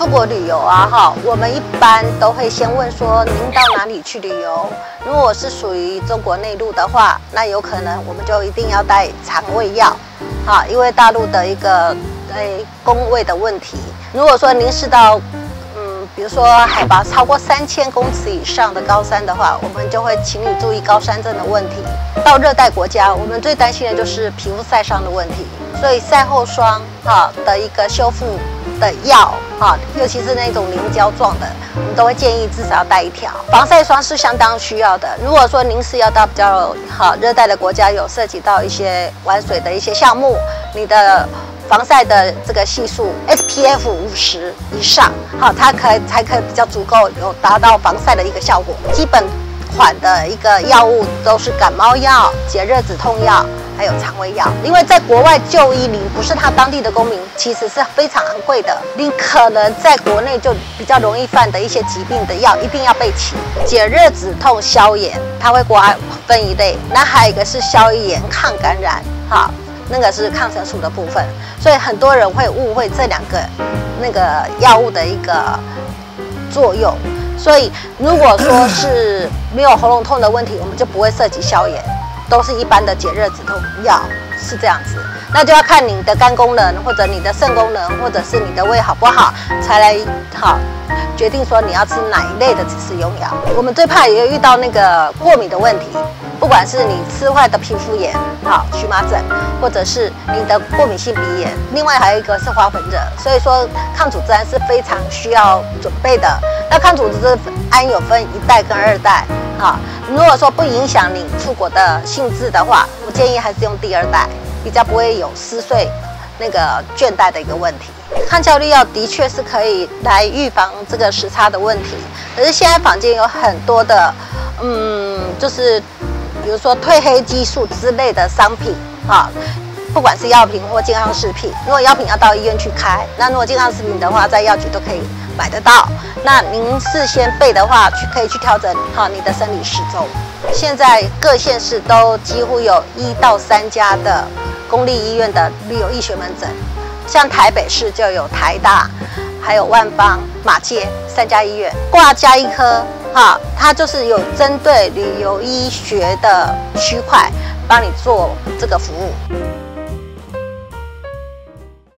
出国旅游啊，我们一般都会先问说您到哪里去旅游。如果是属于中国内陆的话，那有可能我们就一定要带肠胃药，因为大陆的一个工位的问题。如果说您是到比如说海拔超过3000公尺以上的高山的话，我们就会请你注意高山症的问题。到热带国家，我们最担心的就是皮肤晒伤的问题，所以晒后霜的一个修复的药尤其是那种凝胶状的，我们都会建议至少要带一条。防晒霜是相当需要的。如果说您是要到比较热带的国家，有涉及到一些玩水的一些项目，你的防晒的这个系数 SPF 50以上，它才可以比较足够有达到防晒的一个效果。基本款的一个药物都是感冒药、解热止痛药，还有肠胃药。因为在国外就医，您不是他当地的公民，其实是非常昂贵的。您可能在国内就比较容易犯的一些疾病的药，一定要备齐。解热止痛、消炎，它会分一类。那还有一个是消炎、抗感染，那个是抗生素的部分。所以很多人会误会这两个那个药物的一个作用。所以如果说是没有喉咙痛的问题，我们就不会涉及消炎，都是一般的解热止痛药，是这样子。那就要看你的肝功能，或者你的肾功能，或者是你的胃好不好，才来决定说你要吃哪一类的止咳用药。我们最怕也遇到那个过敏的问题，不管是你吃坏的皮肤炎，荨麻疹，或者是你的过敏性鼻炎，另外还有一个是花粉热。所以说抗组织胺是非常需要准备的。那抗组织胺有分1代跟2代，如果说不影响你出国的性质的话，我建议还是用第2代，比较不会有撕碎那个倦怠的一个问题。抗焦虑药的确是可以来预防这个时差的问题，可是现在坊间有很多的，就是比如说褪黑激素之类的商品不管是药品或健康食品。如果药品要到医院去开，那如果健康食品的话，在药局都可以买得到。那您事先备的话，可以去调整你的生理时钟。现在各县市都几乎有1到3家的公立医院的旅游医学门诊，像台北市就有台大、还有万芳、马偕3家医院，挂家医科它就是有针对旅游医学的区块帮你做这个服务。